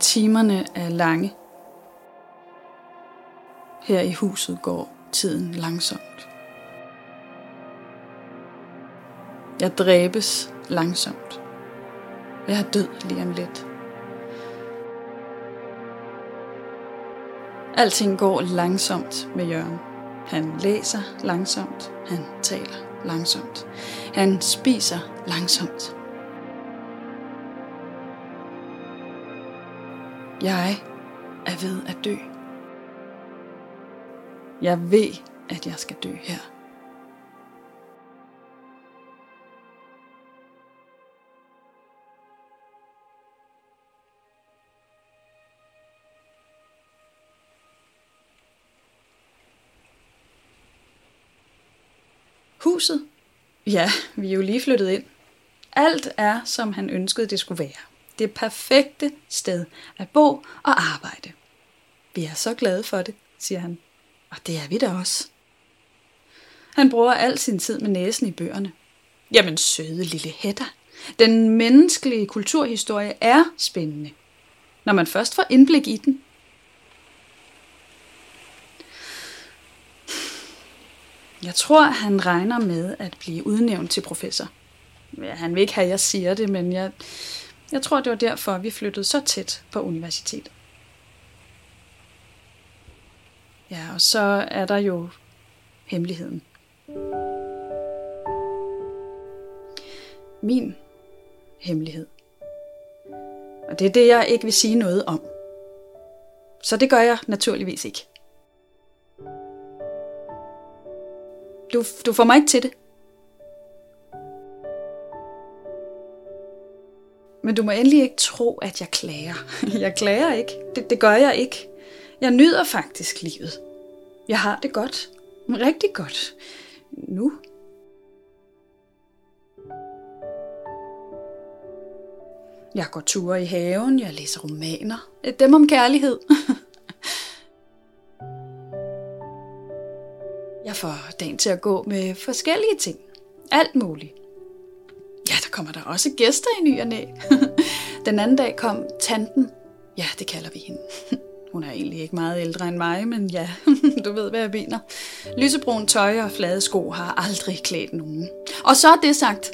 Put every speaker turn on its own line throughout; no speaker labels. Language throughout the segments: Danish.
Timerne er lange. Her i huset går tiden langsomt. Jeg dræbes langsomt. Jeg er død lige om lidt. Alting går langsomt med Jørgen. Han læser langsomt. Han taler langsomt. Han spiser langsomt. Jeg er ved at dø. Jeg ved, at jeg skal dø her. Huset? Ja, vi er jo lige flyttet ind. Alt er, som han ønskede, det skulle være. Det perfekte sted at bo og arbejde. Vi er så glade for det, siger han. Og det er vi da også. Han bruger al sin tid med næsen i bøgerne. Jamen søde lille Hedda. Den menneskelige kulturhistorie er spændende, når man først får indblik i den. Jeg tror, han regner med at blive udnævnt til professor. Ja, han vil ikke have, at jeg siger det, men jeg tror, det var derfor, vi flyttede så tæt på universitetet. Ja, og så er der jo hemmeligheden. Min hemmelighed. Og det er det, jeg ikke vil sige noget om. Så det gør jeg naturligvis ikke. Du får mig ikke til det. Men du må endelig ikke tro, at jeg klager. Jeg klager ikke. Det gør jeg ikke. Jeg nyder faktisk livet. Jeg har det godt. Rigtig godt. Nu. Jeg går ture i haven. Jeg læser romaner. Dem om kærlighed. Jeg får dagen til at gå med forskellige ting. Alt muligt. Ja, der kommer der også gæster i ny og næ. Den anden dag kom tanten. Ja, det kalder vi hende. Hun er egentlig ikke meget ældre end mig, men ja, du ved, hvad jeg mener. Lysebrun tøj og flade sko har aldrig klædt nogen. Og så er det sagt.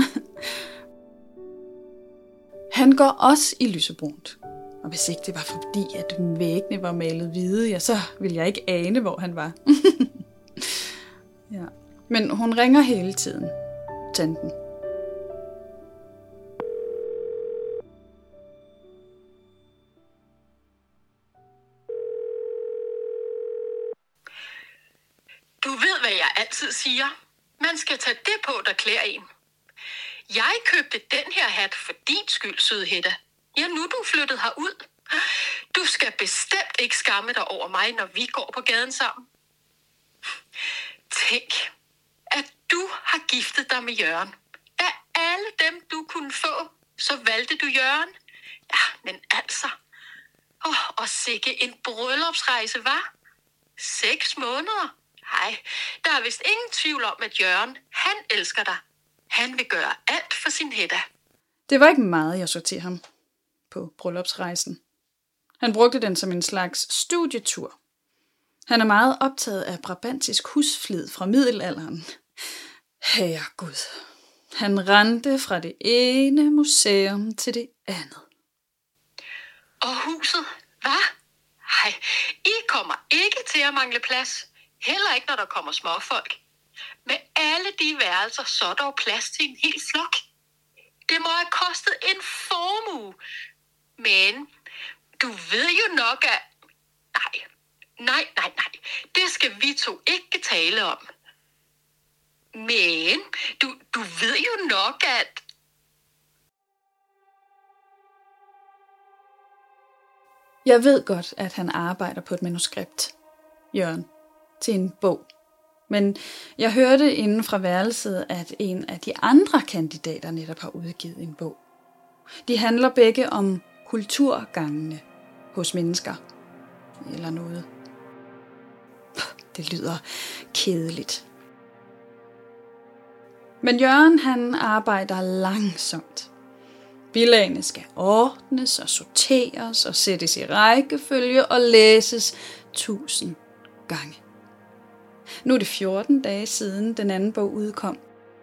Han går også i lysebrunt. Og hvis ikke det var fordi, at væggene var malet hvide, ja, så ville jeg ikke ane, hvor han var. Ja. Men hun ringer hele tiden, tanten.
Du ved, hvad jeg altid siger. Man skal tage det på, der klæder en. Jeg købte den her hat for din skyld, søde Hedda. Ja, nu du flyttet herud. Du skal bestemt ikke skamme dig over mig, når vi går på gaden sammen. Tænk, at du har giftet dig med Jørgen. Af alle dem, du kunne få, så valgte du Jørgen. Ja, men altså. Og sikke en bryllupsrejse, var. 6 måneder. Nej, der er vist ingen tvivl om, at Jørgen, han elsker dig. Han vil gøre alt for sin Hedda.
Det var ikke meget, jeg så til ham på bryllupsrejsen. Han brugte den som en slags studietur. Han er meget optaget af brabantisk husflid fra middelalderen. Herregud. Han rendte fra det ene museum til det andet.
Og huset, hvad? Nej, I kommer ikke til at mangle plads. Heller ikke, når der kommer småfolk. Med alle de værelser, så er der jo plads til en hel flok. Det må have kostet en formue. Men du ved jo nok, at... Nej. Det skal vi to ikke tale om. Men du ved jo nok, at...
Jeg ved godt, at han arbejder på et manuskript, Jørgen, til en bog. Men jeg hørte inden fra værelset, at en af de andre kandidater netop har udgivet en bog. De handler begge om kulturgangene hos mennesker. Eller noget. Det lyder kedeligt. Men Jørgen, han arbejder langsomt. Bilagene skal ordnes og sorteres og sættes i rækkefølge og læses 1000 gange. Nu er det 14 dage siden den anden bog udkom.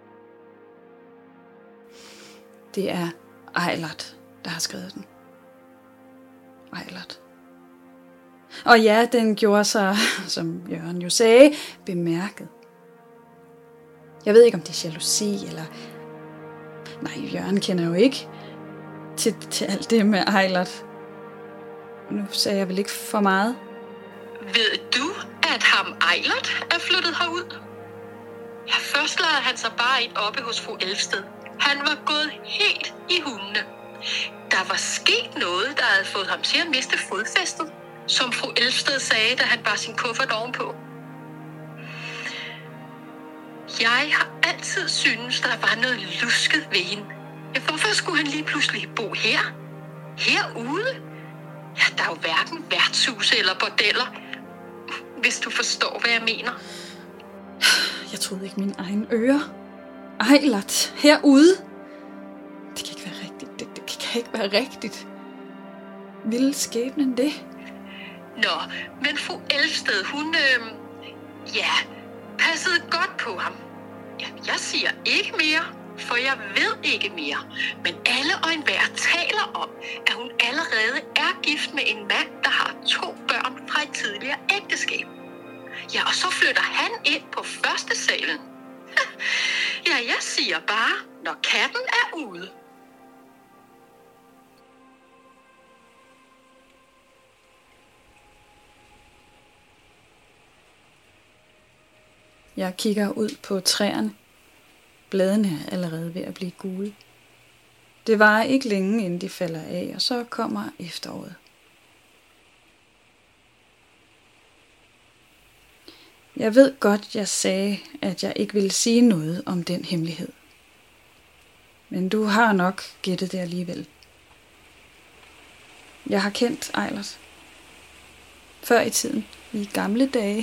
Det er Eilert, der har skrevet den. Eilert. Og ja, den gjorde sig, som Jørgen jo sagde, bemærket. Jeg ved ikke, om det er jalousi, eller... Nej, Jørgen kender jo ikke til alt det med Eilert. Nu sagde jeg vel ikke for meget.
Ved du, at ham Eilert er flyttet herud? Ja, først lavede han sig bare ind oppe hos fru Elsted. Han var gået helt i hundene. Der var sket noget, der havde fået ham til at miste fodfæstet, som fru Elsted sagde, da han bar sin kuffert ovenpå. Jeg har altid syntes, der var noget lusket ved hende. Ja, hvorfor skulle han lige pludselig bo her? Herude? Ja, der er jo hverken værtshuse eller bordeller, hvis du forstår, hvad jeg mener.
Jeg troede ikke mine egne ører. Eilert, herude? Det kan ikke være rigtigt. Det kan ikke være rigtigt. Ville skæbnen det?
Nå, men fru Elsted, hun, passede godt på ham. Ja, jeg siger ikke mere, for jeg ved ikke mere. Men alle og enhver taler om, at hun allerede er gift med en mand, der har 2 børn fra et tidligere ægteskab. Ja, og så flytter han ind på første salen. Ja, jeg siger bare, når katten er ude.
Jeg kigger ud på træerne. Bladene er allerede ved at blive gule. Det varer ikke længe, inden de falder af, og så kommer efteråret. Jeg ved godt, jeg sagde, at jeg ikke ville sige noget om den hemmelighed. Men du har nok gættet det alligevel. Jeg har kendt Eilert. Før i tiden, i gamle dage.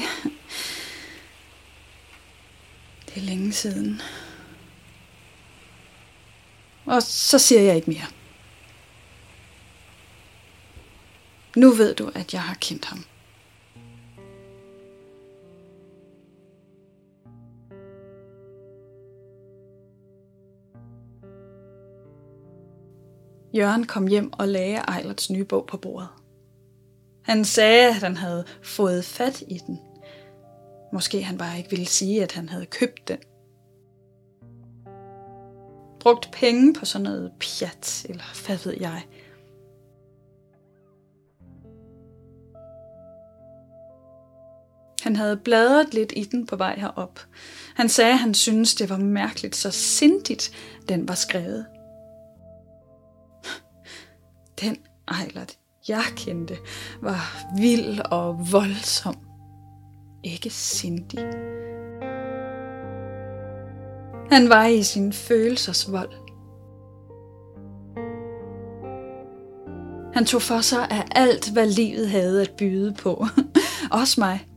Det er længe siden. Og så siger jeg ikke mere. Nu ved du, at jeg har kendt ham. Jørgen kom hjem og lagde Eilerts nye bog på bordet. Han sagde, at han havde fået fat i den. Måske han bare ikke ville sige, at han havde købt den. Brugt penge på sådan noget pjat, eller hvad ved jeg. Han havde bladret lidt i den på vej herop. Han sagde, at han syntes, det var mærkeligt, så sindigt den var skrevet. Den Eilert, jeg kendte, var vild og voldsom. Ikke sindig. Han var i sin følelsesvold. Han tog for sig af alt, hvad livet havde at byde på. Også mig.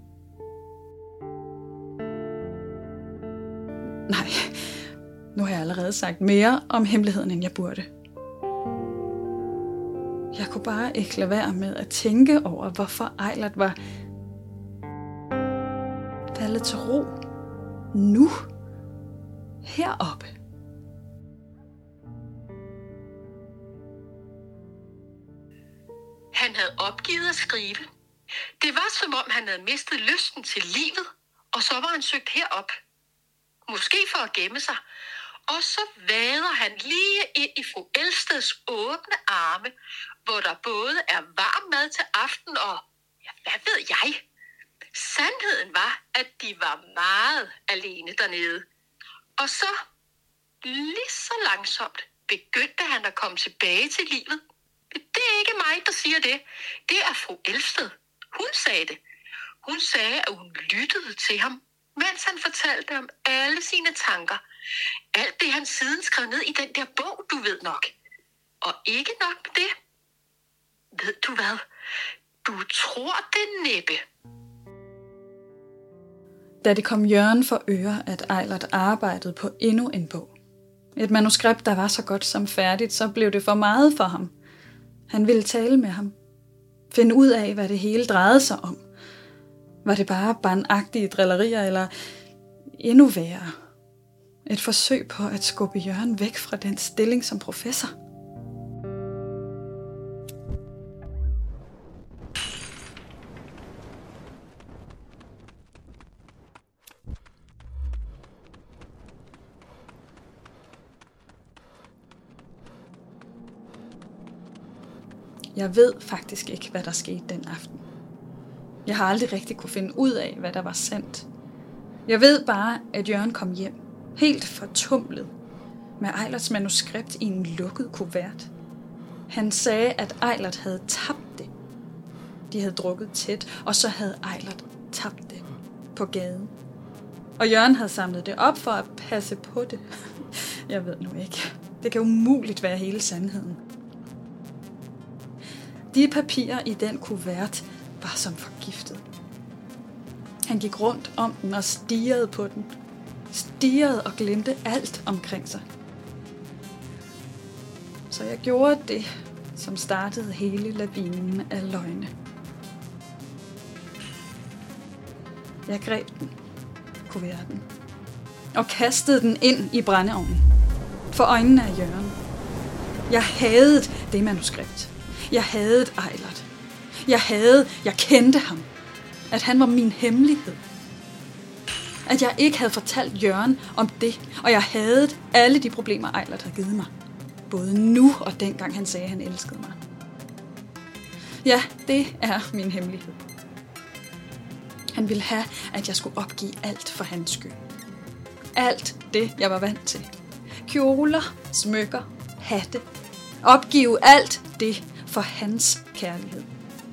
Nej, nu har jeg allerede sagt mere om hemmeligheden, end jeg burde. Jeg kunne bare ikke lade være med at tænke over, hvorfor Eilert var faldet til ro nu, heroppe.
Han havde opgivet at skrive. Det var som om han havde mistet lysten til livet, og så var han søgt herop. Måske for at gemme sig. Og så vader han lige ind i fru Elsteds åbne arme, hvor der både er varm mad til aften og, ja, hvad ved jeg? Sandheden var, at de var meget alene dernede. Og så, lige så langsomt, begyndte han at komme tilbage til livet. Det er ikke mig, der siger det. Det er fru Elsted. Hun sagde det. Hun sagde, at hun lyttede til ham, mens han fortalte om alle sine tanker. Alt det, han siden skrev ned i den der bog, du ved nok. Og ikke nok med det. Ved du hvad? Du tror det næppe.
Da det kom Jørgen for øre, at Eilert arbejdede på endnu en bog, Et manuskript, der var så godt som færdigt, så blev det for meget for ham. Han ville tale med ham. Finde ud af, hvad det hele drejede sig om. Var det bare barnagtige drillerier, eller endnu værre? Et forsøg på at skubbe Jørgen væk fra den stilling som professor. Jeg ved faktisk ikke, hvad der skete den aften. Jeg har aldrig rigtig kunne finde ud af, hvad der var sandt. Jeg ved bare, at Jørgen kom hjem, helt fortumlet, med Eilerts manuskript i en lukket kuvert. Han sagde, at Eilert havde tabt det. De havde drukket tæt, og så havde Eilert tabt det på gaden. Og Jørgen havde samlet det op for at passe på det. Jeg ved nu ikke. Det kan umuligt være hele sandheden. De papirer i den kuvert var som forgiftet. Han gik rundt om den og stirrede på den. Stirrede og glemte alt omkring sig. Så jeg gjorde det, som startede hele lavinen af løgne. Jeg greb den, kuverten, og kastede den ind i brændeovnen. For øjnene af Jørgen. Jeg hadede det manuskript. Jeg hadede Eilert. Jeg kendte ham. At han var min hemmelighed. At jeg ikke havde fortalt Jørgen om det, og jeg hadede alle de problemer, Eilert havde givet mig. Både nu og dengang han sagde, at han elskede mig. Ja, det er min hemmelighed. Han ville have, at jeg skulle opgive alt for hans skyld. Alt det, jeg var vant til. Kjoler, smykker, hatte. Opgive alt det for hans kærlighed.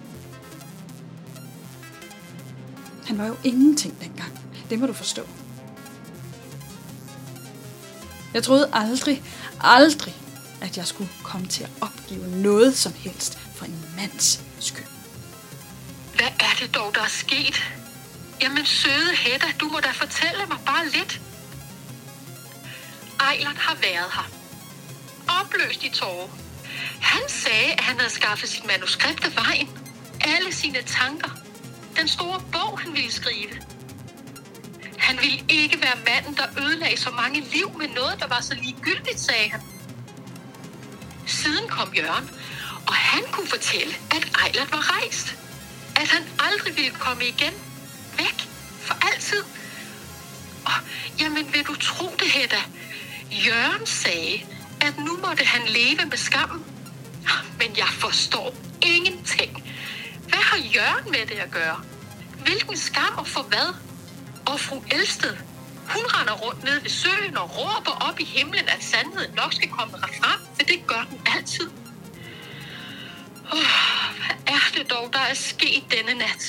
Han var jo ingenting dengang. Det må du forstå. Jeg troede aldrig, at jeg skulle komme til at opgive noget som helst for en mands skyld.
Hvad er det dog, der er sket? Jamen søde Hedda, du må da fortælle mig bare lidt. Eilert har været her. Opløst i tårer. Han sagde, at han havde skaffet sit manuskript af vejen. Alle sine tanker. Den store bog, han ville skrive. Han ville ikke være manden, der ødelagde så mange liv med noget, der var så ligegyldigt, sagde han. Siden kom Jørgen, og han kunne fortælle, at Eilert var rejst. At han aldrig ville komme igen. Væk. For altid. Og, jamen, vil du tro det, Hedda? Jørgen sagde, at nu måtte han leve med skammen. Men jeg forstår ingenting. Hvad har Jørgen med det at gøre? Hvilken skam og for hvad? Og fru Elsted, hun render rundt ned ved søen og råber op i himlen, at sandheden nok skal komme frem, for det gør den altid. Hvad er det dog, der er sket denne nat?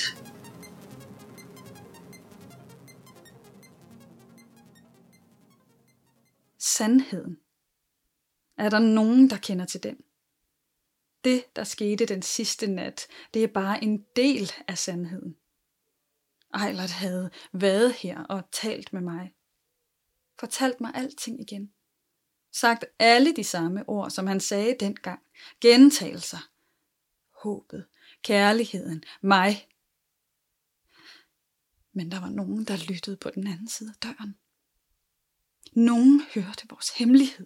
Sandheden. Er der nogen, der kender til den? Det, der skete den sidste nat, det er bare en del af sandheden. Eilert havde været her og talt med mig. Fortalt mig alting igen. Sagt alle de samme ord, som han sagde dengang. Gentagelser. Håbet, kærligheden, mig. Men der var nogen, der lyttede på den anden side af døren. Nogen hørte vores hemmelighed.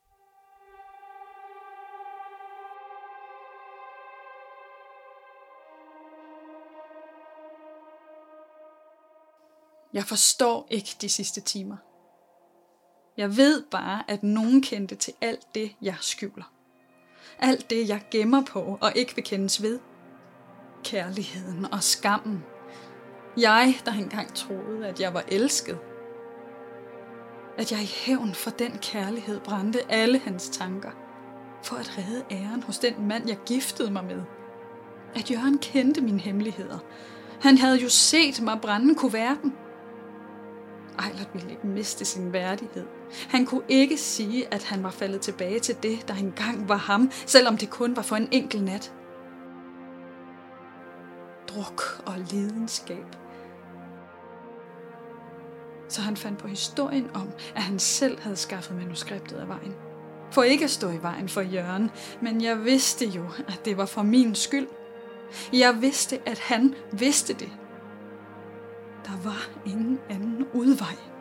Jeg forstår ikke de sidste timer. Jeg ved bare, at nogen kendte til alt det, jeg skjuler. Alt det, jeg gemmer på og ikke vil kendes ved. Kærligheden og skammen. Jeg, der engang troede, at jeg var elsket. At jeg i hævn for den kærlighed brændte alle hans tanker. For at redde æren hos den mand, jeg giftede mig med. At Jørgen kendte mine hemmeligheder. Han havde jo set mig brænde kuverten. Eilert ville ikke miste sin værdighed. Han kunne ikke sige, at han var faldet tilbage til det, der engang var ham, selvom det kun var for en enkelt nat. Druk og lidenskab. Så han fandt på historien om, at han selv havde skaffet manuskriptet af vejen. For ikke at stå i vejen for Jørgen, men jeg vidste jo, at det var for min skyld. Jeg vidste, at han vidste det. Der var ingen anden udvej.